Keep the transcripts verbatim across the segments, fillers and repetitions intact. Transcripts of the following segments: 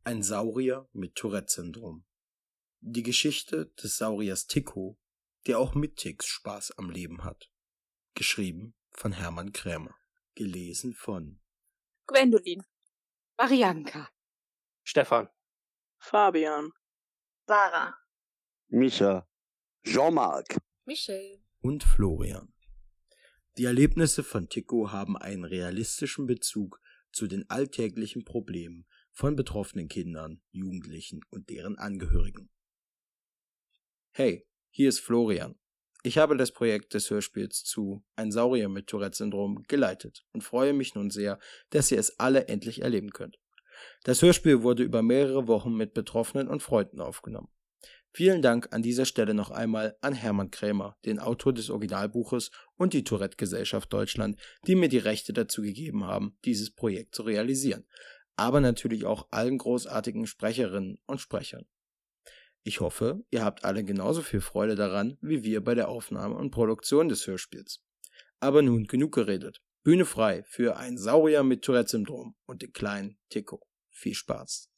Ein Saurier mit Tourette-Syndrom. Die Geschichte des Sauriers Tico, der auch mit Ticks Spaß am Leben hat. Geschrieben von Hermann Krämer. Gelesen von Gwendolin, Marianka, Stefan, Fabian, Sarah, Micha, Jean-Marc, Michelle und Florian. Die Erlebnisse von Tico haben einen realistischen Bezug zu den alltäglichen Problemen von betroffenen Kindern, Jugendlichen und deren Angehörigen. Hey, hier ist Florian. Ich habe das Projekt des Hörspiels zu Ein Saurier mit Tourette-Syndrom geleitet und freue mich nun sehr, dass ihr es alle endlich erleben könnt. Das Hörspiel wurde über mehrere Wochen mit Betroffenen und Freunden aufgenommen. Vielen Dank an dieser Stelle noch einmal an Hermann Krämer, den Autor des Originalbuches, und die Tourette-Gesellschaft Deutschland, die mir die Rechte dazu gegeben haben, dieses Projekt zu realisieren. Aber natürlich auch allen großartigen Sprecherinnen und Sprechern. Ich hoffe, ihr habt alle genauso viel Freude daran, wie wir bei der Aufnahme und Produktion des Hörspiels. Aber nun genug geredet. Bühne frei für Ein Saurier mit Tourette-Syndrom und den kleinen Tico. Viel Spaß.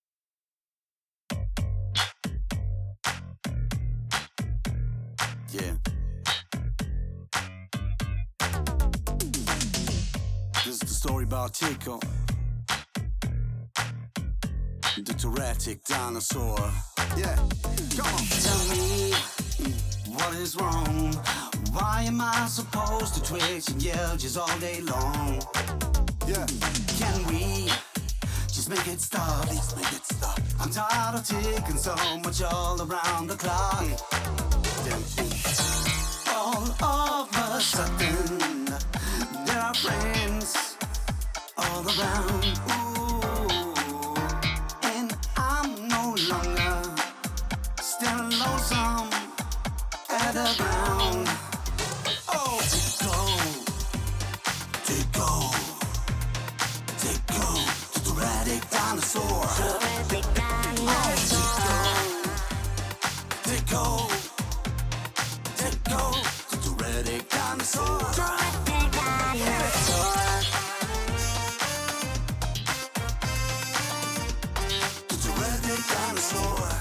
Yeah. This is the story about Tico, the Tourettic dinosaur. Yeah, come on. Tell me what is wrong. Why am I supposed to twitch and yell just all day long? Yeah. Can we just make it stop? Please make it stop. I'm tired of ticking so much all around the clock. All of a sudden, there are friends all around. Ooh, and I'm no longer still lonesome at the ground. Oh, Tico, Tico, Tico, the Tourettic dinosaur. Tourettic dinosaur. Oh, Tico, Tico. Tico, the Tourettic dinosaur. Tourettic dinosaur. The Tourettic dinosaur.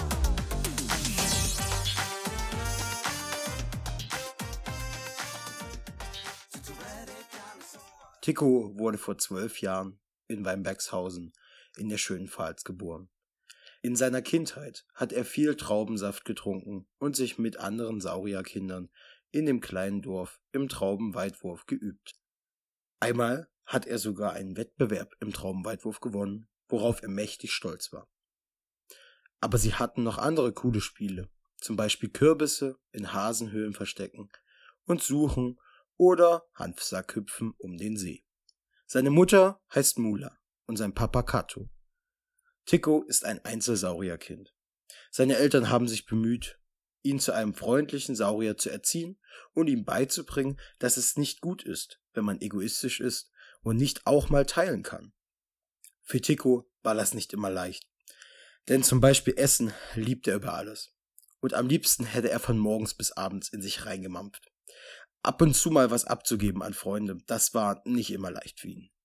The Tourettic dinosaur. Tico wurde vor zwölf Jahren in Weinbergshausen in der schönen Pfalz geboren. In seiner Kindheit hat er viel Traubensaft getrunken und sich mit anderen Saurierkindern in dem kleinen Dorf im Traubenweitwurf geübt. Einmal hat er sogar einen Wettbewerb im Traubenweitwurf gewonnen, worauf er mächtig stolz war. Aber sie hatten noch andere coole Spiele, zum Beispiel Kürbisse in Hasenhöhlen verstecken und suchen oder Hanfsackhüpfen um den See. Seine Mutter heißt Mula und sein Papa Kato. Tico ist ein Einzelsaurierkind. Seine Eltern haben sich bemüht, ihn zu einem freundlichen Saurier zu erziehen und ihm beizubringen, dass es nicht gut ist, wenn man egoistisch ist und nicht auch mal teilen kann. Für Tico war das nicht immer leicht, denn zum Beispiel Essen liebt er über alles. Und am liebsten hätte er von morgens bis abends in sich reingemampft. Ab und zu mal was abzugeben an Freunde, das war nicht immer leicht für ihn.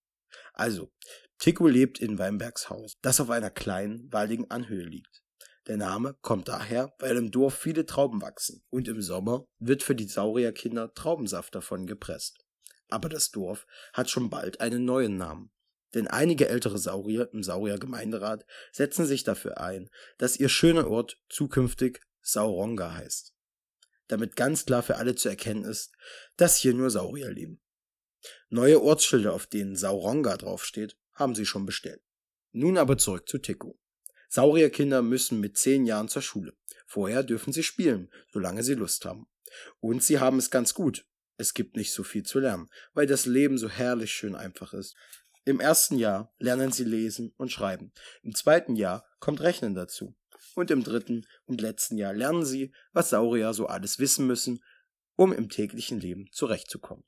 Also, Tico lebt in Weinbergshaus, das auf einer kleinen, waldigen Anhöhe liegt. Der Name kommt daher, weil im Dorf viele Trauben wachsen und im Sommer wird für die Saurierkinder Traubensaft davon gepresst. Aber das Dorf hat schon bald einen neuen Namen, denn einige ältere Saurier im Sauriergemeinderat setzen sich dafür ein, dass ihr schöner Ort zukünftig Sauronga heißt. Damit ganz klar für alle zu erkennen ist, dass hier nur Saurier leben. Neue Ortsschilder, auf denen Sauronga draufsteht, haben sie schon bestellt. Nun aber zurück zu Tico. Saurierkinder müssen mit zehn Jahren zur Schule. Vorher dürfen sie spielen, solange sie Lust haben. Und sie haben es ganz gut. Es gibt nicht so viel zu lernen, weil das Leben so herrlich schön einfach ist. Im ersten Jahr lernen sie lesen und schreiben. Im zweiten Jahr kommt Rechnen dazu. Und im dritten und letzten Jahr lernen sie, was Saurier so alles wissen müssen, um im täglichen Leben zurechtzukommen.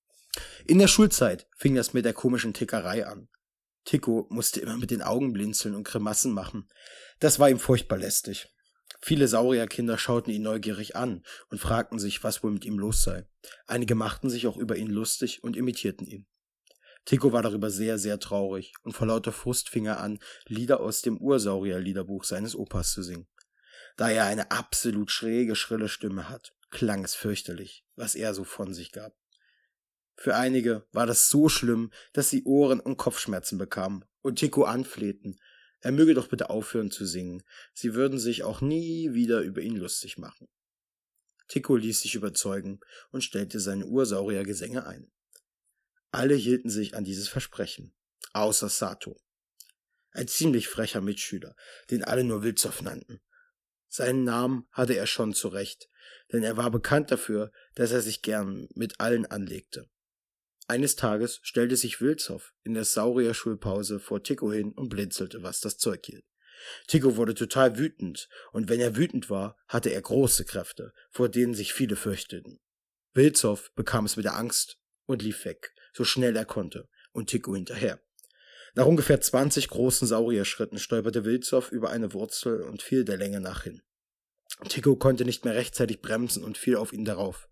In der Schulzeit fing das mit der komischen Tickerei an. Tico musste immer mit den Augen blinzeln und Grimassen machen. Das war ihm furchtbar lästig. Viele Saurierkinder schauten ihn neugierig an und fragten sich, was wohl mit ihm los sei. Einige machten sich auch über ihn lustig und imitierten ihn. Tico war darüber sehr, sehr traurig und vor lauter Frust fing er an, Lieder aus dem Ursaurier-Liederbuch seines Opas zu singen. Da er eine absolut schräge, schrille Stimme hat, klang es fürchterlich, was er so von sich gab. Für einige war das so schlimm, dass sie Ohren- und Kopfschmerzen bekamen und Tico anflehten, er möge doch bitte aufhören zu singen, sie würden sich auch nie wieder über ihn lustig machen. Tico ließ sich überzeugen und stellte seine Ursauriergesänge ein. Alle hielten sich an dieses Versprechen, außer Sato. Ein ziemlich frecher Mitschüler, den alle nur Wilzow nannten. Seinen Namen hatte er schon zurecht, denn er war bekannt dafür, dass er sich gern mit allen anlegte. Eines Tages stellte sich Wilzow in der Saurier-Schulpause vor Tico hin und blinzelte, was das Zeug hielt. Tico wurde total wütend, und wenn er wütend war, hatte er große Kräfte, vor denen sich viele fürchteten. Wilzow bekam es mit der Angst und lief weg, so schnell er konnte, und Tico hinterher. Nach ungefähr zwanzig großen Saurierschritten stolperte Wilzow über eine Wurzel und fiel der Länge nach hin. Tico konnte nicht mehr rechtzeitig bremsen und fiel auf ihn darauf.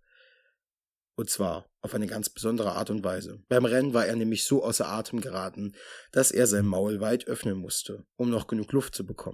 Und zwar auf eine ganz besondere Art und Weise. Beim Rennen war er nämlich so außer Atem geraten, dass er sein Maul weit öffnen musste, um noch genug Luft zu bekommen.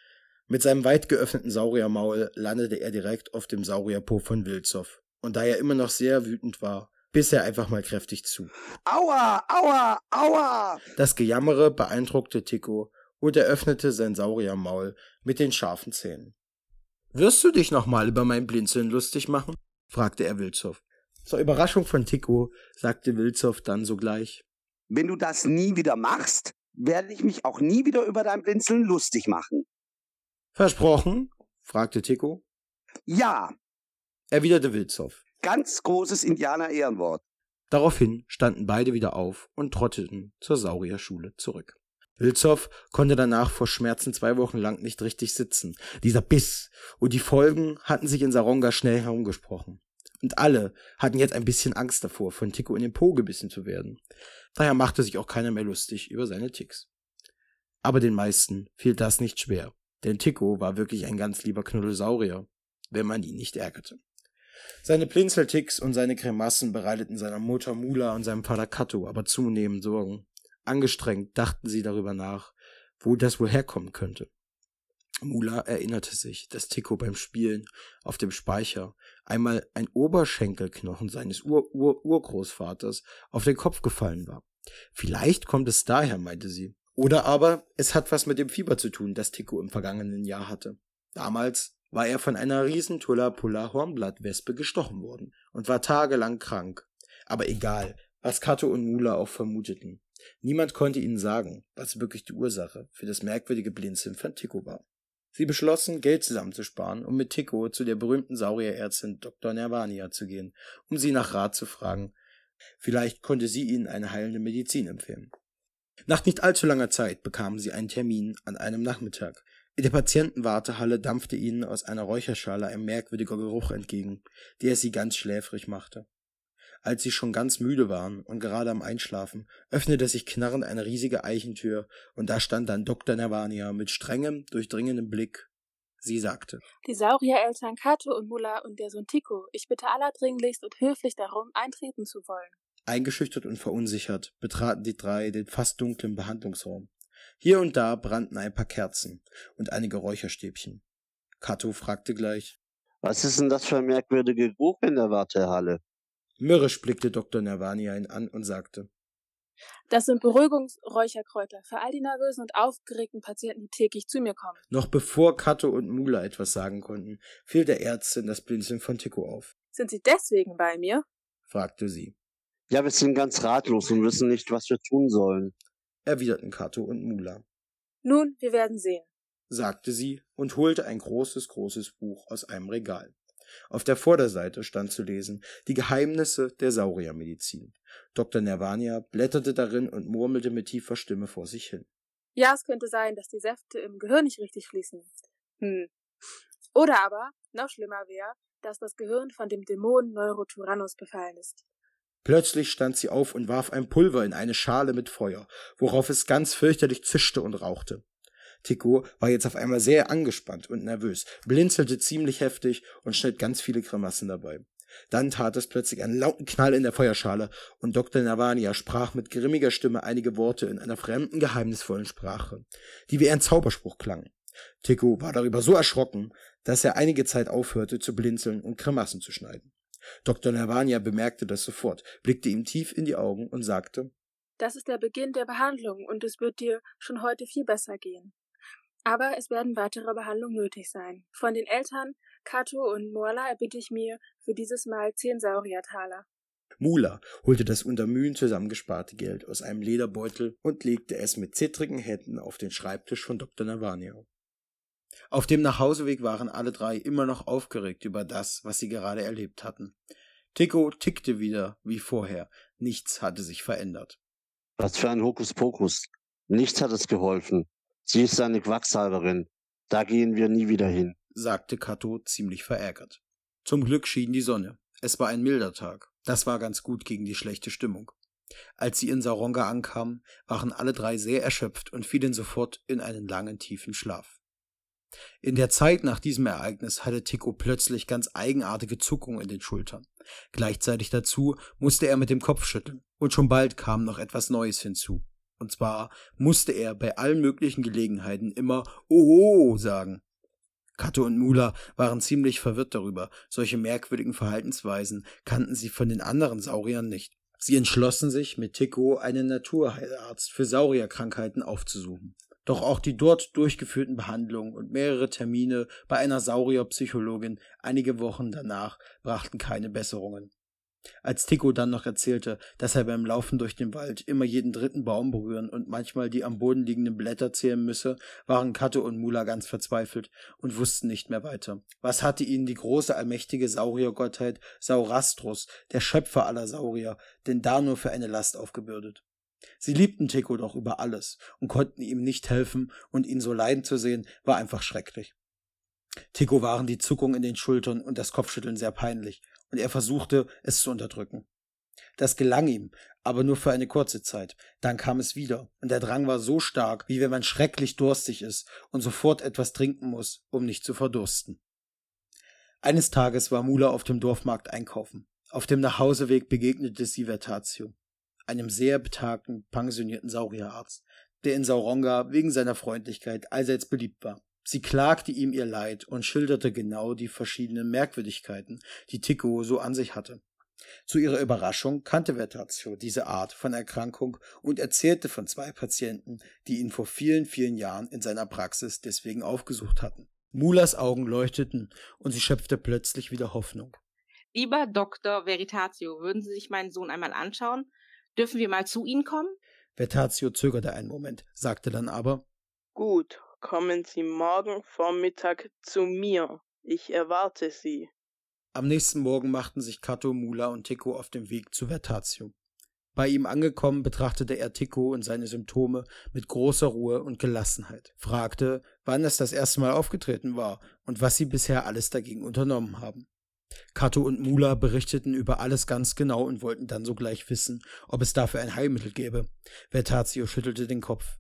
Mit seinem weit geöffneten Sauriermaul landete er direkt auf dem Saurierpo von Wilzow. Und da er immer noch sehr wütend war, biss er einfach mal kräftig zu. Aua, aua, aua! Das Gejammere beeindruckte Tico und er öffnete sein Sauriermaul mit den scharfen Zähnen. »Wirst du dich nochmal über mein Blinzeln lustig machen?« fragte er Wilzow. Zur Überraschung von Tico sagte Wilzow dann sogleich: Wenn du das nie wieder machst, werde ich mich auch nie wieder über dein Blinzeln lustig machen. »Versprochen?« fragte Tico. »Ja«, erwiderte Wilzow. Ganz großes Indianer-Ehrenwort. Daraufhin standen beide wieder auf und trotteten zur Saurierschule zurück. Wilzow konnte danach vor Schmerzen zwei Wochen lang nicht richtig sitzen. Dieser Biss und die Folgen hatten sich in Saronga schnell herumgesprochen. Und alle hatten jetzt ein bisschen Angst davor, von Tico in den Po gebissen zu werden. Daher machte sich auch keiner mehr lustig über seine Ticks. Aber den meisten fiel das nicht schwer, denn Tico war wirklich ein ganz lieber Knuddelsaurier, wenn man ihn nicht ärgerte. Seine Blinzelticks und seine Grimassen bereiteten seiner Mutter Mula und seinem Vater Kato aber zunehmend Sorgen. Angestrengt dachten sie darüber nach, wo das wohl herkommen könnte. Mula erinnerte sich, dass Tico beim Spielen auf dem Speicher einmal ein Oberschenkelknochen seines Ur-Ur-Urgroßvaters auf den Kopf gefallen war. Vielleicht kommt es daher, meinte sie. Oder aber es hat was mit dem Fieber zu tun, das Tico im vergangenen Jahr hatte. Damals war er von einer riesen Tulla-Pulla-Hornblattwespe gestochen worden und war tagelang krank. Aber egal, was Kato und Mula auch vermuteten. Niemand konnte ihnen sagen, was wirklich die Ursache für das merkwürdige Blinzeln von Tico war. Sie beschlossen, Geld zusammenzusparen, um mit Tico zu der berühmten Saurierärztin Doktor Nervania zu gehen, um sie nach Rat zu fragen. Vielleicht konnte sie ihnen eine heilende Medizin empfehlen. Nach nicht allzu langer Zeit bekamen sie einen Termin an einem Nachmittag. In der Patientenwartehalle dampfte ihnen aus einer Räucherschale ein merkwürdiger Geruch entgegen, der sie ganz schläfrig machte. Als sie schon ganz müde waren und gerade am Einschlafen, öffnete sich knarrend eine riesige Eichentür und da stand dann Doktor Nervania mit strengem, durchdringendem Blick. Sie sagte: Die Sauriereltern Kato und Mula und der Sohn Tico, ich bitte allerdringlichst und höflich darum, eintreten zu wollen. Eingeschüchtert und verunsichert betraten die drei den fast dunklen Behandlungsraum. Hier und da brannten ein paar Kerzen und einige Räucherstäbchen. Kato fragte gleich: Was ist denn das für ein merkwürdiger Geruch in der Wartehalle? Mürrisch blickte Doktor Nervania ihn an und sagte: Das sind Beruhigungsräucherkräuter für all die nervösen und aufgeregten Patienten, die täglich zu mir kommen. Noch bevor Kato und Mula etwas sagen konnten, fiel der Ärztin das Blinzeln von Tico auf. Sind Sie deswegen bei mir? Fragte sie. Ja, wir sind ganz ratlos und wissen nicht, was wir tun sollen, erwiderten Kato und Mula. Nun, wir werden sehen, sagte sie und holte ein großes, großes Buch aus einem Regal. Auf der Vorderseite stand zu lesen: Die Geheimnisse der Sauriermedizin. Doktor Nervania blätterte darin und murmelte mit tiefer Stimme vor sich hin. Ja, es könnte sein, dass die Säfte im Gehirn nicht richtig fließen. Hm. Oder aber, noch schlimmer wäre, dass das Gehirn von dem Dämon Neurotyrannus befallen ist. Plötzlich stand sie auf und warf ein Pulver in eine Schale mit Feuer, worauf es ganz fürchterlich zischte und rauchte. Tico war jetzt auf einmal sehr angespannt und nervös, blinzelte ziemlich heftig und schnitt ganz viele Grimassen dabei. Dann tat es plötzlich einen lauten Knall in der Feuerschale und Doktor Navania sprach mit grimmiger Stimme einige Worte in einer fremden, geheimnisvollen Sprache, die wie ein Zauberspruch klangen. Tico war darüber so erschrocken, dass er einige Zeit aufhörte zu blinzeln und Grimassen zu schneiden. Doktor Navania bemerkte das sofort, blickte ihm tief in die Augen und sagte: Das ist der Beginn der Behandlung und es wird dir schon heute viel besser gehen. Aber es werden weitere Behandlungen nötig sein. Von den Eltern, Kato und Moala, erbitte ich mir für dieses Mal zehn Sauriertaler. Mula holte das unter Mühen zusammengesparte Geld aus einem Lederbeutel und legte es mit zittrigen Händen auf den Schreibtisch von Doktor Navania. Auf dem Nachhauseweg waren alle drei immer noch aufgeregt über das, was sie gerade erlebt hatten. Tico tickte wieder wie vorher. Nichts hatte sich verändert. Was für ein Hokuspokus. Nichts hat es geholfen. Sie ist eine Quacksalberin. Da gehen wir nie wieder hin, sagte Kato ziemlich verärgert. Zum Glück schien die Sonne. Es war ein milder Tag. Das war ganz gut gegen die schlechte Stimmung. Als sie in Sauronga ankamen, waren alle drei sehr erschöpft und fielen sofort in einen langen, tiefen Schlaf. In der Zeit nach diesem Ereignis hatte Tico plötzlich ganz eigenartige Zuckungen in den Schultern. Gleichzeitig dazu musste er mit dem Kopf schütteln. Und schon bald kam noch etwas Neues hinzu. Und zwar musste er bei allen möglichen Gelegenheiten immer „Oho" sagen. Kato und Mula waren ziemlich verwirrt darüber. Solche merkwürdigen Verhaltensweisen kannten sie von den anderen Sauriern nicht. Sie entschlossen sich, mit Tico einen Naturheilarzt für Saurierkrankheiten aufzusuchen. Doch auch die dort durchgeführten Behandlungen und mehrere Termine bei einer Saurierpsychologin einige Wochen danach brachten keine Besserungen. Als Tico dann noch erzählte, dass er beim Laufen durch den Wald immer jeden dritten Baum berühren und manchmal die am Boden liegenden Blätter zählen müsse, waren Kato und Mula ganz verzweifelt und wussten nicht mehr weiter. Was hatte ihnen die große, allmächtige Sauriergottheit Saurastros, der Schöpfer aller Saurier, denn da nur für eine Last aufgebürdet? Sie liebten Tico doch über alles und konnten ihm nicht helfen, und ihn so leiden zu sehen, war einfach schrecklich. Tico waren die Zuckungen in den Schultern und das Kopfschütteln sehr peinlich, und er versuchte, es zu unterdrücken. Das gelang ihm, aber nur für eine kurze Zeit. Dann kam es wieder, und der Drang war so stark, wie wenn man schrecklich durstig ist und sofort etwas trinken muss, um nicht zu verdursten. Eines Tages war Mula auf dem Dorfmarkt einkaufen. Auf dem Nachhauseweg begegnete sie Vertatio, einem sehr betagten, pensionierten Saurierarzt, der in Sauronga wegen seiner Freundlichkeit allseits beliebt war. Sie klagte ihm ihr Leid und schilderte genau die verschiedenen Merkwürdigkeiten, die Tico so an sich hatte. Zu ihrer Überraschung kannte Vertatio diese Art von Erkrankung und erzählte von zwei Patienten, die ihn vor vielen, vielen Jahren in seiner Praxis deswegen aufgesucht hatten. Mulas Augen leuchteten und sie schöpfte plötzlich wieder Hoffnung. Lieber Doktor Vertatio, würden Sie sich meinen Sohn einmal anschauen? Dürfen wir mal zu Ihnen kommen? Vertatio zögerte einen Moment, sagte dann aber: Gut, kommen Sie morgen Vormittag zu mir. Ich erwarte Sie. Am nächsten Morgen machten sich Kato, Mula und Tico auf den Weg zu Vertatio. Bei ihm angekommen, betrachtete er Tico und seine Symptome mit großer Ruhe und Gelassenheit, fragte, wann es das erste Mal aufgetreten war und was sie bisher alles dagegen unternommen haben. Kato und Mula berichteten über alles ganz genau und wollten dann sogleich wissen, ob es dafür ein Heilmittel gäbe. Vertatio schüttelte den Kopf.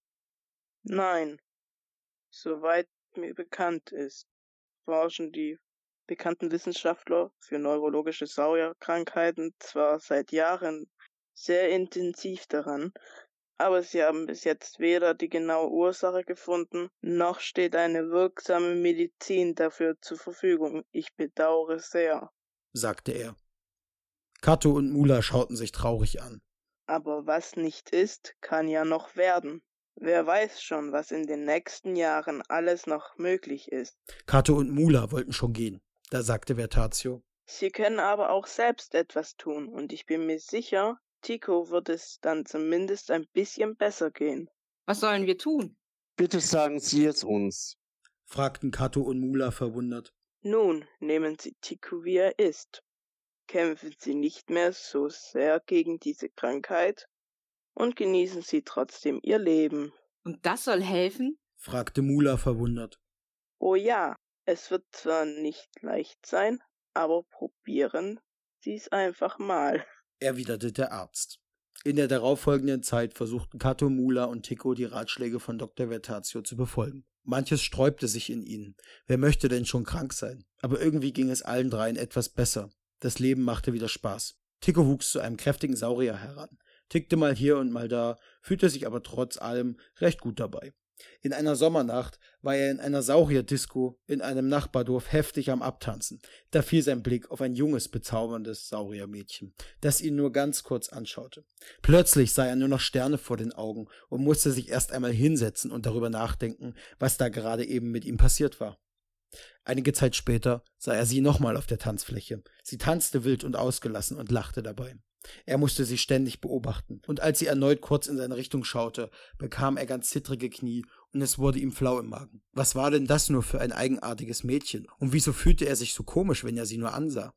Nein, soweit mir bekannt ist, forschen die bekannten Wissenschaftler für neurologische Saurierkrankheiten zwar seit Jahren sehr intensiv daran, aber sie haben bis jetzt weder die genaue Ursache gefunden, noch steht eine wirksame Medizin dafür zur Verfügung. Ich bedauere sehr, sagte er. Kato und Mula schauten sich traurig an. Aber was nicht ist, kann ja noch werden. Wer weiß schon, was in den nächsten Jahren alles noch möglich ist. Kato und Mula wollten schon gehen. Da sagte Vertatio: Sie können aber auch selbst etwas tun, und ich bin mir sicher, Tico wird es dann zumindest ein bisschen besser gehen. Was sollen wir tun? Bitte sagen Sie es uns, fragten Kato und Mula verwundert. Nun, nehmen Sie Tico, wie er ist. Kämpfen Sie nicht mehr so sehr gegen diese Krankheit und genießen Sie trotzdem Ihr Leben. Und das soll helfen? fragte Mula verwundert. Oh ja, es wird zwar nicht leicht sein, aber probieren Sie es einfach mal, erwiderte der Arzt. In der darauffolgenden Zeit versuchten Kato, Mula und Tico die Ratschläge von Doktor Vertatio zu befolgen. Manches sträubte sich in ihnen. Wer möchte denn schon krank sein? Aber irgendwie ging es allen dreien etwas besser. Das Leben machte wieder Spaß. Tico wuchs zu einem kräftigen Saurier heran, tickte mal hier und mal da, fühlte sich aber trotz allem recht gut dabei. In einer Sommernacht war er in einer Saurier-Disco in einem Nachbardorf heftig am Abtanzen. Da fiel sein Blick auf ein junges, bezauberndes Sauriermädchen, das ihn nur ganz kurz anschaute. Plötzlich sah er nur noch Sterne vor den Augen und musste sich erst einmal hinsetzen und darüber nachdenken, was da gerade eben mit ihm passiert war. Einige Zeit später sah er sie nochmal auf der Tanzfläche. Sie tanzte wild und ausgelassen und lachte dabei. Er musste sie ständig beobachten, und als sie erneut kurz in seine Richtung schaute, bekam er ganz zittrige Knie und es wurde ihm flau im Magen. Was war denn das nur für ein eigenartiges Mädchen? Und wieso fühlte er sich so komisch, wenn er sie nur ansah?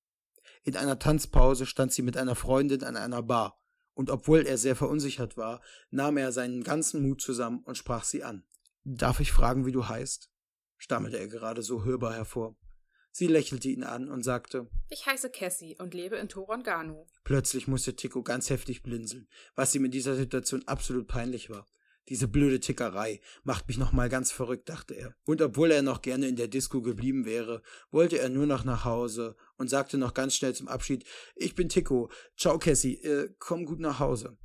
In einer Tanzpause stand sie mit einer Freundin an einer Bar, und obwohl er sehr verunsichert war, nahm er seinen ganzen Mut zusammen und sprach sie an. »Darf ich fragen, wie du heißt?« stammelte er gerade so hörbar hervor. Sie lächelte ihn an und sagte, »Ich heiße Cassie und lebe in Toronganu.« Plötzlich musste Tico ganz heftig blinzeln, was ihm in dieser Situation absolut peinlich war. Diese blöde Tickerei macht mich nochmal ganz verrückt, dachte er. Und obwohl er noch gerne in der Disco geblieben wäre, wollte er nur noch nach Hause und sagte noch ganz schnell zum Abschied, »Ich bin Tico. Ciao, Cassie. Äh, komm gut nach Hause.«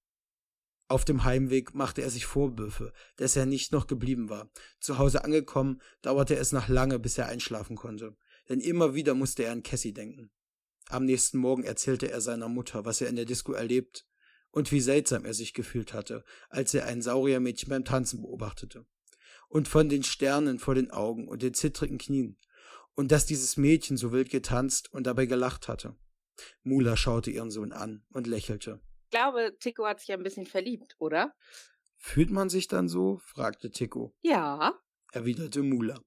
Auf dem Heimweg machte er sich Vorwürfe, dass er nicht noch geblieben war. Zu Hause angekommen, dauerte es noch lange, bis er einschlafen konnte. Denn immer wieder musste er an Cassie denken. Am nächsten Morgen erzählte er seiner Mutter, was er in der Disco erlebt und wie seltsam er sich gefühlt hatte, als er ein Sauriermädchen beim Tanzen beobachtete. Und von den Sternen vor den Augen und den zittrigen Knien. Und dass dieses Mädchen so wild getanzt und dabei gelacht hatte. Mula schaute ihren Sohn an und lächelte. Ich glaube, Tico hat sich ein bisschen verliebt, oder? »Fühlt man sich dann so?« fragte Tico. Ja, erwiderte Mula.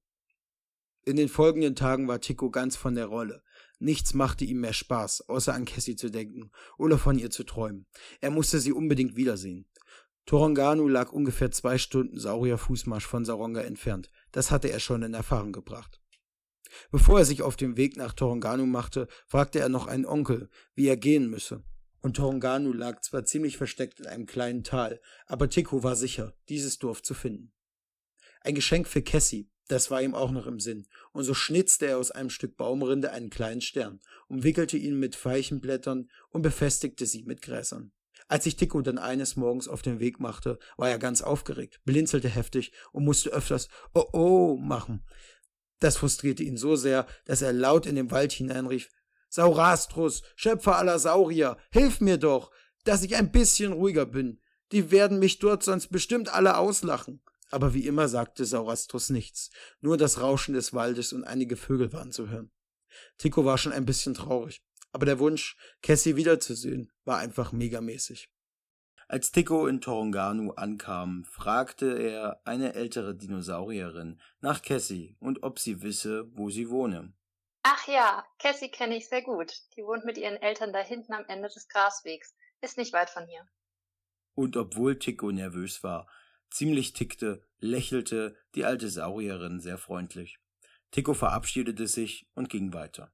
In den folgenden Tagen war Tico ganz von der Rolle. Nichts machte ihm mehr Spaß, außer an Cassie zu denken oder von ihr zu träumen. Er musste sie unbedingt wiedersehen. Toronganu lag ungefähr zwei Stunden Saurier-Fußmarsch von Saronga entfernt. Das hatte er schon in Erfahrung gebracht. Bevor er sich auf den Weg nach Toronganu machte, fragte er noch einen Onkel, wie er gehen müsse. Und Toronganu lag zwar ziemlich versteckt in einem kleinen Tal, aber Tico war sicher, dieses Dorf zu finden. Ein Geschenk für Cassie, das war ihm auch noch im Sinn, und so schnitzte er aus einem Stück Baumrinde einen kleinen Stern, umwickelte ihn mit Veilchenblättern und befestigte sie mit Gräsern. Als sich Tico dann eines Morgens auf den Weg machte, war er ganz aufgeregt, blinzelte heftig und musste öfters »Oh, oh« machen. Das frustrierte ihn so sehr, dass er laut in den Wald hineinrief, »Saurastrus, Schöpfer aller Saurier, hilf mir doch, dass ich ein bisschen ruhiger bin. Die werden mich dort sonst bestimmt alle auslachen.« Aber wie immer sagte Saurastrus nichts, nur das Rauschen des Waldes und einige Vögel waren zu hören. Tico war schon ein bisschen traurig, aber der Wunsch, Cassie wiederzusehen, war einfach megamäßig. Als Tico in Toronganu ankam, fragte er eine ältere Dinosaurierin nach Cassie und ob sie wisse, wo sie wohne. Ach ja, Cassie kenne ich sehr gut. Die wohnt mit ihren Eltern da hinten am Ende des Graswegs. Ist nicht weit von hier. Und obwohl Tico nervös war, ziemlich tickte, lächelte die alte Saurierin sehr freundlich. Tico verabschiedete sich und ging weiter.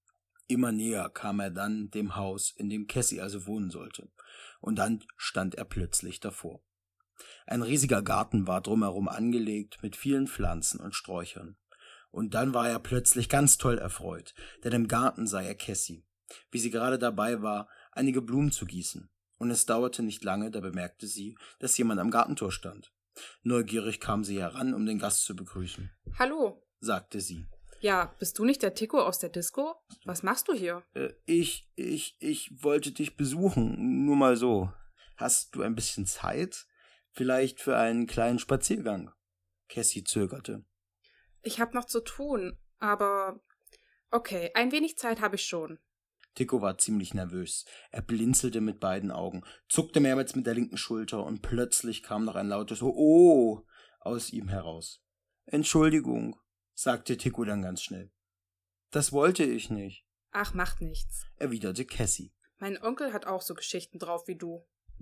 Immer näher kam er dann dem Haus, in dem Cassie also wohnen sollte. Und dann stand er plötzlich davor. Ein riesiger Garten war drumherum angelegt mit vielen Pflanzen und Sträuchern. Und dann war er plötzlich ganz toll erfreut, denn im Garten sah er Cassie, wie sie gerade dabei war, einige Blumen zu gießen. Und es dauerte nicht lange, da bemerkte sie, dass jemand am Gartentor stand. Neugierig kam sie heran, um den Gast zu begrüßen. »Hallo«, sagte sie. »Ja, bist du nicht der Tico aus der Disco? Was machst du hier?« Äh, ich, ich, ich wollte dich besuchen, nur mal so. Hast du ein bisschen Zeit? Vielleicht für einen kleinen Spaziergang?« Cassie zögerte. »Ich hab noch zu tun, aber okay, ein wenig Zeit habe ich schon.« Tico war ziemlich nervös. Er blinzelte mit beiden Augen, zuckte mehrmals mit der linken Schulter und plötzlich kam noch ein lautes »Oh, oh« aus ihm heraus. »Entschuldigung«, sagte Tico dann ganz schnell. »Das wollte ich nicht.« »Ach, macht nichts«, erwiderte Cassie. »Mein Onkel hat auch so Geschichten drauf wie du.«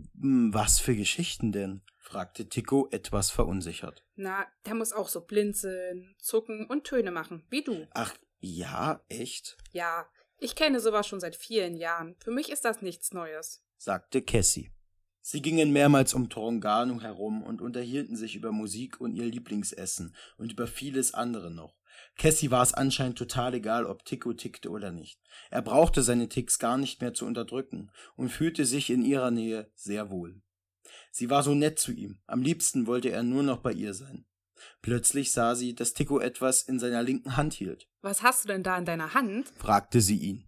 »Was für Geschichten denn?« fragte Tico etwas verunsichert. »Na, der muss auch so blinzeln, zucken und Töne machen, wie du.« »Ach, ja, echt?« »Ja, ich kenne sowas schon seit vielen Jahren. Für mich ist das nichts Neues«, sagte Cassie. Sie gingen mehrmals um Toronganu herum und unterhielten sich über Musik und ihr Lieblingsessen und über vieles andere noch. Cassie war es anscheinend total egal, ob Tico tickte oder nicht. Er brauchte seine Ticks gar nicht mehr zu unterdrücken und fühlte sich in ihrer Nähe sehr wohl. Sie war so nett zu ihm, am liebsten wollte er nur noch bei ihr sein. Plötzlich sah sie, dass Tico etwas in seiner linken Hand hielt. Was hast du denn da in deiner Hand? Fragte sie ihn.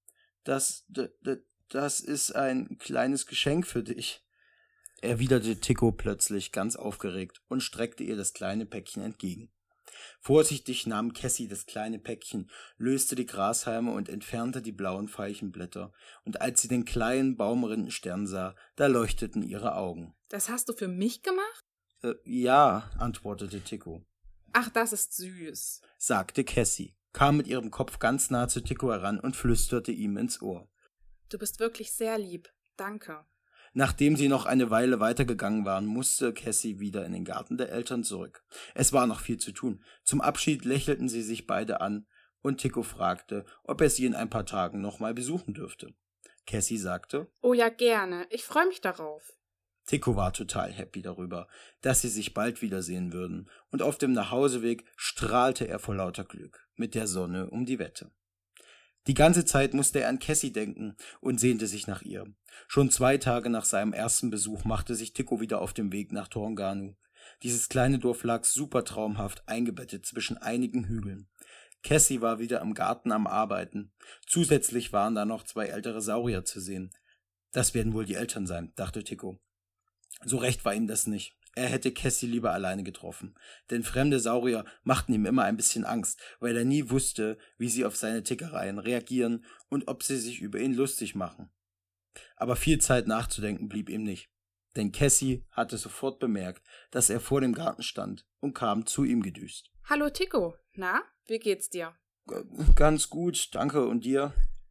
Das, d, d, das ist ein kleines Geschenk für dich, erwiderte Tico plötzlich ganz aufgeregt und streckte ihr das kleine Päckchen entgegen. Vorsichtig nahm Cassie das kleine Päckchen, löste die Grashalme und entfernte die blauen Veilchenblätter, und als sie den kleinen Baumrindenstern sah, da leuchteten ihre Augen. Das hast du für mich gemacht? Äh, ja, antwortete Tico. Ach, das ist süß, sagte Cassie, kam mit ihrem Kopf ganz nah zu Tico heran und flüsterte ihm ins Ohr. Du bist wirklich sehr lieb, danke. Nachdem sie noch eine Weile weitergegangen waren, musste Cassie wieder in den Garten der Eltern zurück. Es war noch viel zu tun. Zum Abschied lächelten sie sich beide an und Tico fragte, ob er sie in ein paar Tagen nochmal besuchen dürfte. Cassie sagte, oh ja, gerne, ich freue mich darauf. Tico war total happy darüber, dass sie sich bald wiedersehen würden, und auf dem Nachhauseweg strahlte er vor lauter Glück, mit der Sonne um die Wette. Die ganze Zeit musste er an Cassie denken und sehnte sich nach ihr. Schon zwei Tage nach seinem ersten Besuch machte sich Tico wieder auf den Weg nach Toronganu. Dieses kleine Dorf lag super traumhaft eingebettet zwischen einigen Hügeln. Cassie war wieder im Garten am Arbeiten. Zusätzlich waren da noch zwei ältere Saurier zu sehen. Das werden wohl die Eltern sein, dachte Tico. So recht war ihm das nicht. Er hätte Cassie lieber alleine getroffen, denn fremde Saurier machten ihm immer ein bisschen Angst, weil er nie wusste, wie sie auf seine Tickereien reagieren und ob sie sich über ihn lustig machen. Aber viel Zeit nachzudenken blieb ihm nicht, denn Cassie hatte sofort bemerkt, dass er vor dem Garten stand und kam zu ihm gedüst. Hallo Tico, na, wie geht's dir? G- Ganz gut, danke, und dir?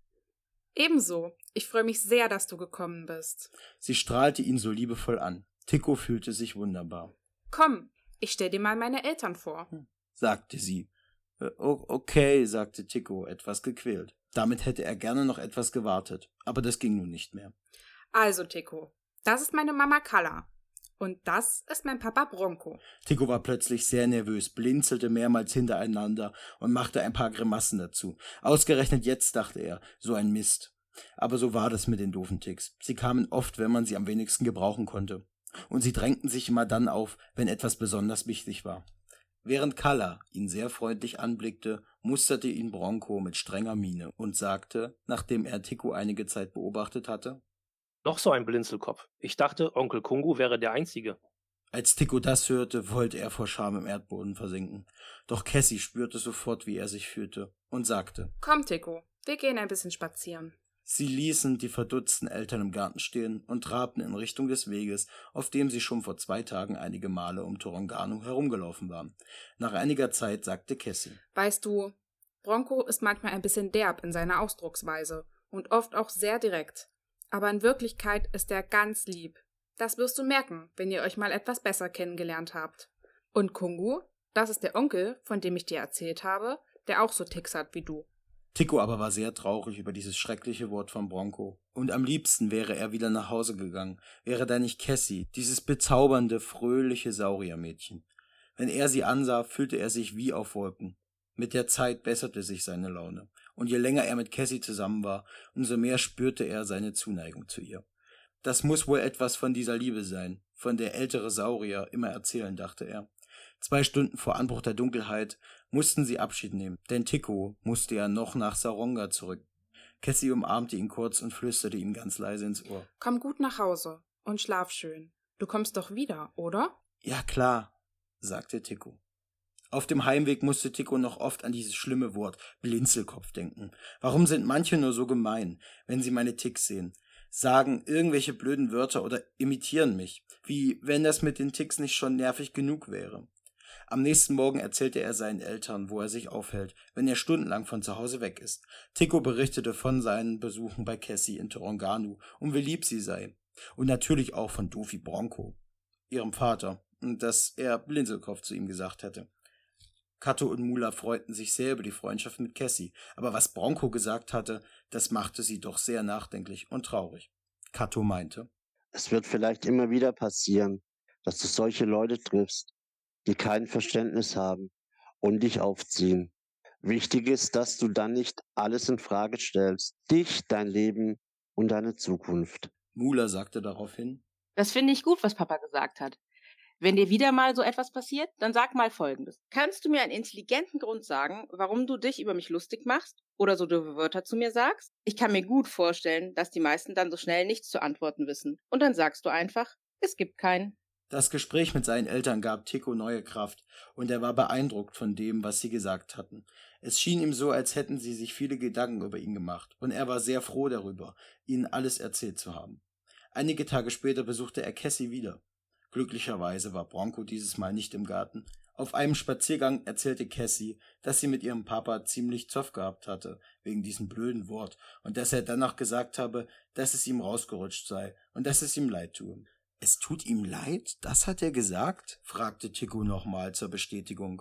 Ebenso, ich freue mich sehr, dass du gekommen bist. Sie strahlte ihn so liebevoll an. Tico fühlte sich wunderbar. Komm, ich stell dir mal meine Eltern vor, sagte sie. Okay, sagte Tico, etwas gequält. Damit hätte er gerne noch etwas gewartet, aber das ging nun nicht mehr. Also Tico, das ist meine Mama Kalla und das ist mein Papa Bronco. Tico war plötzlich sehr nervös, blinzelte mehrmals hintereinander und machte ein paar Grimassen dazu. Ausgerechnet jetzt, dachte er, so ein Mist. Aber so war das mit den doofen Ticks. Sie kamen oft, wenn man sie am wenigsten gebrauchen konnte. Und sie drängten sich immer dann auf, wenn etwas besonders wichtig war. Während Kalla ihn sehr freundlich anblickte, musterte ihn Bronco mit strenger Miene und sagte, nachdem er Tico einige Zeit beobachtet hatte: Noch so ein Blinzelkopf. Ich dachte, Onkel Kungu wäre der Einzige. Als Tico das hörte, wollte er vor Scham im Erdboden versinken. Doch Cassie spürte sofort, wie er sich fühlte, und sagte: Komm, Tico, wir gehen ein bisschen spazieren. Sie ließen die verdutzten Eltern im Garten stehen und trabten in Richtung des Weges, auf dem sie schon vor zwei Tagen einige Male um Toronganu herumgelaufen waren. Nach einiger Zeit sagte Cassie: Weißt du, Bronco ist manchmal ein bisschen derb in seiner Ausdrucksweise und oft auch sehr direkt. Aber in Wirklichkeit ist er ganz lieb. Das wirst du merken, wenn ihr euch mal etwas besser kennengelernt habt. Und Kungu, das ist der Onkel, von dem ich dir erzählt habe, der auch so Ticks hat wie du. Tico aber war sehr traurig über dieses schreckliche Wort von Bronco. Und am liebsten wäre er wieder nach Hause gegangen, wäre da nicht Cassie, dieses bezaubernde, fröhliche Sauriermädchen. Wenn er sie ansah, fühlte er sich wie auf Wolken. Mit der Zeit besserte sich seine Laune. Und je länger er mit Cassie zusammen war, umso mehr spürte er seine Zuneigung zu ihr. Das muss wohl etwas von dieser Liebe sein, von der ältere Saurier immer erzählen, dachte er. Zwei Stunden vor Anbruch der Dunkelheit mussten sie Abschied nehmen, denn Tico musste ja noch nach Saronga zurück. Cassie umarmte ihn kurz und flüsterte ihm ganz leise ins Ohr: Komm gut nach Hause und schlaf schön. Du kommst doch wieder, oder? Ja, klar, sagte Tico. Auf dem Heimweg musste Tico noch oft an dieses schlimme Wort Blinzelkopf denken. Warum sind manche nur so gemein, wenn sie meine Ticks sehen? Sagen irgendwelche blöden Wörter oder imitieren mich, wie wenn das mit den Ticks nicht schon nervig genug wäre. Am nächsten Morgen erzählte er seinen Eltern, wo er sich aufhält, wenn er stundenlang von zu Hause weg ist. Tico berichtete von seinen Besuchen bei Cassie in Toronganu und wie lieb sie sei. Und natürlich auch von Dofi Bronco, ihrem Vater, und dass er Blinzelkopf zu ihm gesagt hätte. Kato und Mula freuten sich sehr über die Freundschaft mit Cassie, aber was Bronco gesagt hatte, das machte sie doch sehr nachdenklich und traurig. Kato meinte: Es wird vielleicht immer wieder passieren, dass du solche Leute triffst, die kein Verständnis haben und dich aufziehen. Wichtig ist, dass du dann nicht alles in Frage stellst. Dich, dein Leben und deine Zukunft. Mula sagte daraufhin: Das finde ich gut, was Papa gesagt hat. Wenn dir wieder mal so etwas passiert, dann sag mal Folgendes. Kannst du mir einen intelligenten Grund sagen, warum du dich über mich lustig machst oder so doofe Wörter zu mir sagst? Ich kann mir gut vorstellen, dass die meisten dann so schnell nichts zu antworten wissen. Und dann sagst du einfach, es gibt keinen. Das Gespräch mit seinen Eltern gab Tico neue Kraft, und er war beeindruckt von dem, was sie gesagt hatten. Es schien ihm so, als hätten sie sich viele Gedanken über ihn gemacht, und er war sehr froh darüber, ihnen alles erzählt zu haben. Einige Tage später besuchte er Cassie wieder. Glücklicherweise war Bronco dieses Mal nicht im Garten. Auf einem Spaziergang erzählte Cassie, dass sie mit ihrem Papa ziemlich Zoff gehabt hatte, wegen diesem blöden Wort, und dass er danach gesagt habe, dass es ihm rausgerutscht sei und dass es ihm leid tue. »Es tut ihm leid? Das hat er gesagt?« fragte Tico nochmal zur Bestätigung.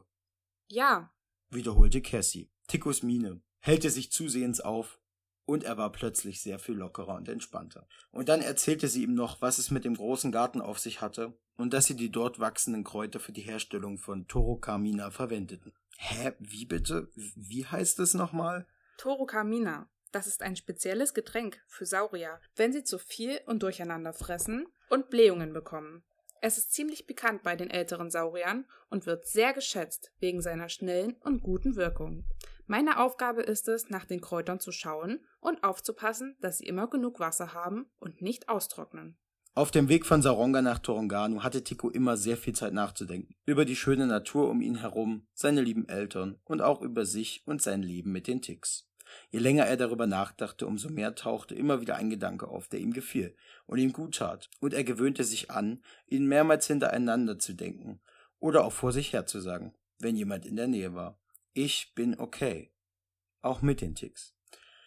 Ja, wiederholte Cassie. Ticos Miene hellte sich zusehends auf, und er war plötzlich sehr viel lockerer und entspannter. Und dann erzählte sie ihm noch, was es mit dem großen Garten auf sich hatte und dass sie die dort wachsenden Kräuter für die Herstellung von Torokamina verwendeten. Hä, wie bitte? Wie heißt es nochmal? Torokamina. Das ist ein spezielles Getränk für Saurier, wenn sie zu viel und durcheinander fressen und Blähungen bekommen. Es ist ziemlich bekannt bei den älteren Sauriern und wird sehr geschätzt wegen seiner schnellen und guten Wirkung. Meine Aufgabe ist es, nach den Kräutern zu schauen und aufzupassen, dass sie immer genug Wasser haben und nicht austrocknen. Auf dem Weg von Saronga nach Toronganu hatte Tico immer sehr viel Zeit nachzudenken. Über die schöne Natur um ihn herum, seine lieben Eltern und auch über sich und sein Leben mit den Ticks. Je länger er darüber nachdachte, umso mehr tauchte immer wieder ein Gedanke auf, der ihm gefiel und ihm gut tat, und er gewöhnte sich an, ihn mehrmals hintereinander zu denken oder auch vor sich her zu sagen, wenn jemand in der Nähe war. Ich bin okay, auch mit den Ticks.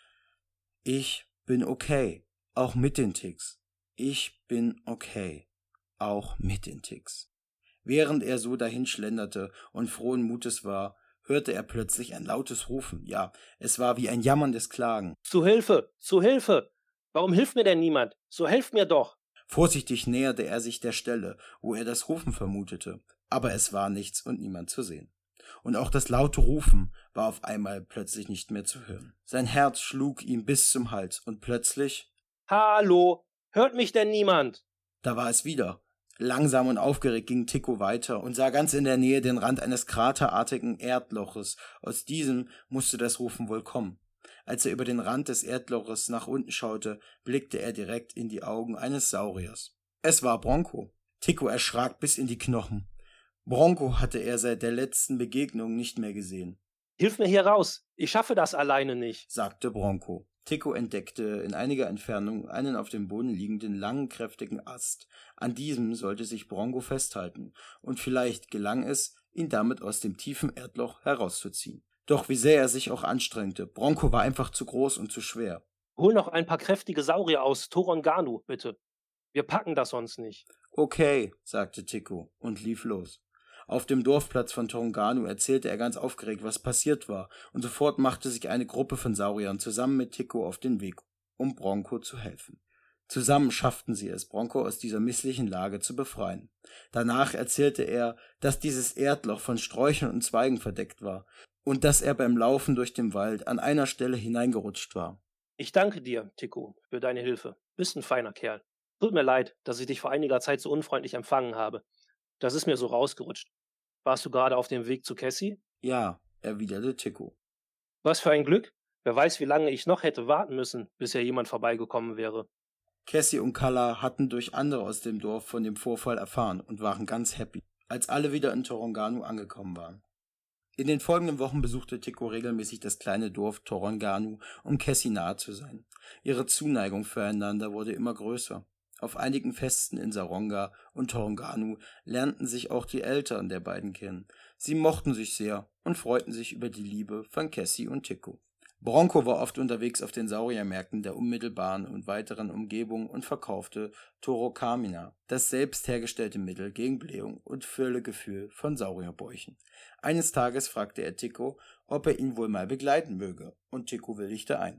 Ich bin okay, auch mit den Ticks. Ich bin okay, auch mit den Ticks. Während er so dahinschlenderte und frohen Mutes war, hörte er plötzlich ein lautes Rufen. Ja, es war wie ein jammerndes Klagen. Zu Hilfe! Zu Hilfe! Warum hilft mir denn niemand? So helft mir doch! Vorsichtig näherte er sich der Stelle, wo er das Rufen vermutete, aber es war nichts und niemand zu sehen. Und auch das laute Rufen war auf einmal plötzlich nicht mehr zu hören. Sein Herz schlug ihm bis zum Hals, und plötzlich... Hallo! Hört mich denn niemand? Da war es wieder. Langsam und aufgeregt ging Tico weiter und sah ganz in der Nähe den Rand eines kraterartigen Erdloches. Aus diesem musste das Rufen wohl kommen. Als er über den Rand des Erdloches nach unten schaute, blickte er direkt in die Augen eines Sauriers. Es war Bronco. Tico erschrak bis in die Knochen. Bronco hatte er seit der letzten Begegnung nicht mehr gesehen. Hilf mir hier raus, ich schaffe das alleine nicht, sagte Bronco. Tico entdeckte in einiger Entfernung einen auf dem Boden liegenden, langen, kräftigen Ast. An diesem sollte sich Bronco festhalten, und vielleicht gelang es, ihn damit aus dem tiefen Erdloch herauszuziehen. Doch wie sehr er sich auch anstrengte, Bronco war einfach zu groß und zu schwer. Hol noch ein paar kräftige Saurier aus Toronganu, bitte. Wir packen das sonst nicht. Okay, sagte Tico und lief los. Auf dem Dorfplatz von Toronganu erzählte er ganz aufgeregt, was passiert war, und sofort machte sich eine Gruppe von Sauriern zusammen mit Tico auf den Weg, um Bronco zu helfen. Zusammen schafften sie es, Bronco aus dieser misslichen Lage zu befreien. Danach erzählte er, dass dieses Erdloch von Sträuchern und Zweigen verdeckt war und dass er beim Laufen durch den Wald an einer Stelle hineingerutscht war. Ich danke dir, Tico, für deine Hilfe. Bist ein feiner Kerl. Tut mir leid, dass ich dich vor einiger Zeit so unfreundlich empfangen habe. Das ist mir so rausgerutscht. Warst du gerade auf dem Weg zu Cassie? Ja, erwiderte Tico. Was für ein Glück. Wer weiß, wie lange ich noch hätte warten müssen, bis ja jemand vorbeigekommen wäre. Cassie und Kala hatten durch andere aus dem Dorf von dem Vorfall erfahren und waren ganz happy, als alle wieder in Toronganu angekommen waren. In den folgenden Wochen besuchte Tico regelmäßig das kleine Dorf Toronganu, um Cassie nahe zu sein. Ihre Zuneigung füreinander wurde immer größer. Auf einigen Festen in Saronga und Toronganu lernten sich auch die Eltern der beiden kennen. Sie mochten sich sehr und freuten sich über die Liebe von Cassie und Tico. Bronco war oft unterwegs auf den Sauriermärkten der unmittelbaren und weiteren Umgebung und verkaufte Torokamina, das selbst hergestellte Mittel gegen Blähung und Völlegefühl von Saurierbäuchen. Eines Tages fragte er Tico, ob er ihn wohl mal begleiten möge, und Tico willigte ein.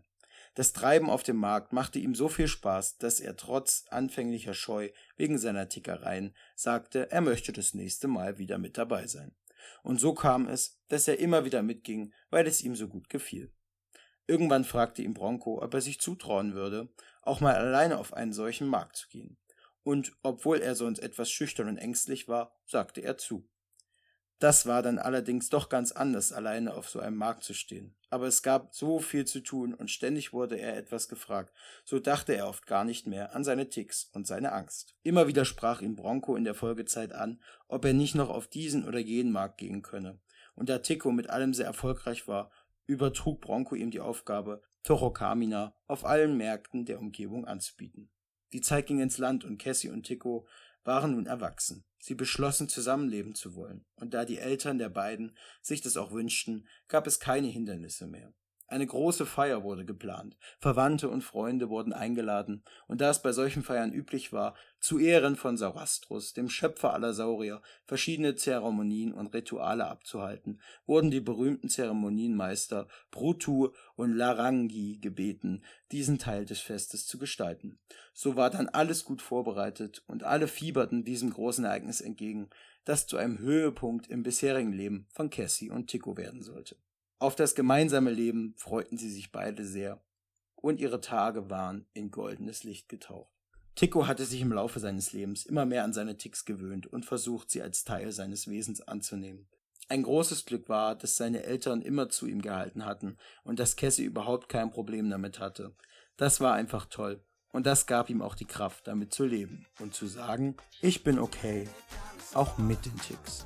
Das Treiben auf dem Markt machte ihm so viel Spaß, dass er trotz anfänglicher Scheu wegen seiner Tickereien sagte, er möchte das nächste Mal wieder mit dabei sein. Und so kam es, dass er immer wieder mitging, weil es ihm so gut gefiel. Irgendwann fragte ihn Bronco, ob er sich zutrauen würde, auch mal alleine auf einen solchen Markt zu gehen. Und obwohl er sonst etwas schüchtern und ängstlich war, sagte er zu. Das war dann allerdings doch ganz anders, alleine auf so einem Markt zu stehen. Aber es gab so viel zu tun und ständig wurde er etwas gefragt, so dachte er oft gar nicht mehr an seine Ticks und seine Angst. Immer wieder sprach ihn Bronco in der Folgezeit an, ob er nicht noch auf diesen oder jenen Markt gehen könne. Und da Tico mit allem sehr erfolgreich war, übertrug Bronco ihm die Aufgabe, Torokamina auf allen Märkten der Umgebung anzubieten. Die Zeit ging ins Land und Cassie und Tico waren nun erwachsen. Sie beschlossen, zusammenleben zu wollen, und da die Eltern der beiden sich das auch wünschten, gab es keine Hindernisse mehr. Eine große Feier wurde geplant, Verwandte und Freunde wurden eingeladen, und da es bei solchen Feiern üblich war, zu Ehren von Zoroastros, dem Schöpfer aller Saurier, verschiedene Zeremonien und Rituale abzuhalten, wurden die berühmten Zeremonienmeister Brutu und Larangi gebeten, diesen Teil des Festes zu gestalten. So war dann alles gut vorbereitet, und alle fieberten diesem großen Ereignis entgegen, das zu einem Höhepunkt im bisherigen Leben von Cassie und Tico werden sollte. Auf das gemeinsame Leben freuten sie sich beide sehr, und ihre Tage waren in goldenes Licht getaucht. Tico hatte sich im Laufe seines Lebens immer mehr an seine Ticks gewöhnt und versucht, sie als Teil seines Wesens anzunehmen. Ein großes Glück war, dass seine Eltern immer zu ihm gehalten hatten und dass Cassie überhaupt kein Problem damit hatte. Das war einfach toll, und das gab ihm auch die Kraft, damit zu leben und zu sagen, ich bin okay, auch mit den Ticks.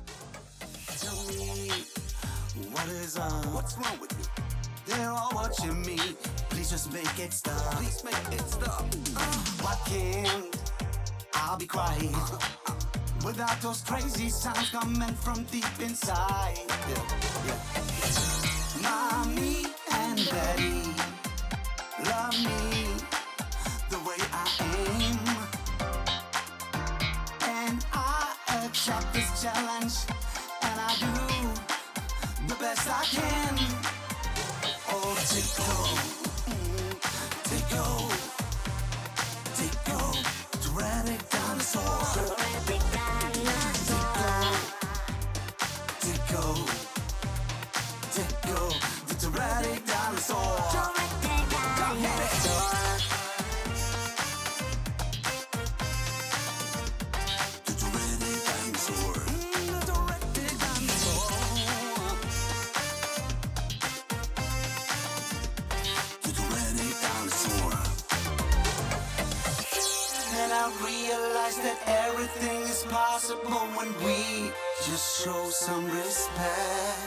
What is up? What's wrong with me? They're all watching me. Please just make it stop. Please make it stop. Uh, why can't I be quiet without those crazy sounds coming from deep inside? Yeah, yeah. Mommy and Daddy love me the way I am, and I accept this challenge, and I do the best I can. Oh, Tico, mm, Tico, Tico, dreaded dinosaur. Tico, Tico, Tico, the dreaded dinosaur. Come hit it. The dreaded dinosaur. Mm, the dreaded dinosaur. And I realize that everything is possible when we just show some respect.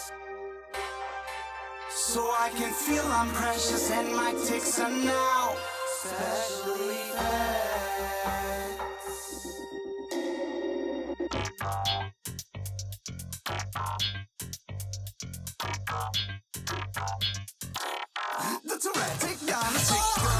So I can feel I'm precious and my ticks are now special effects. The Tourettic dinosaur.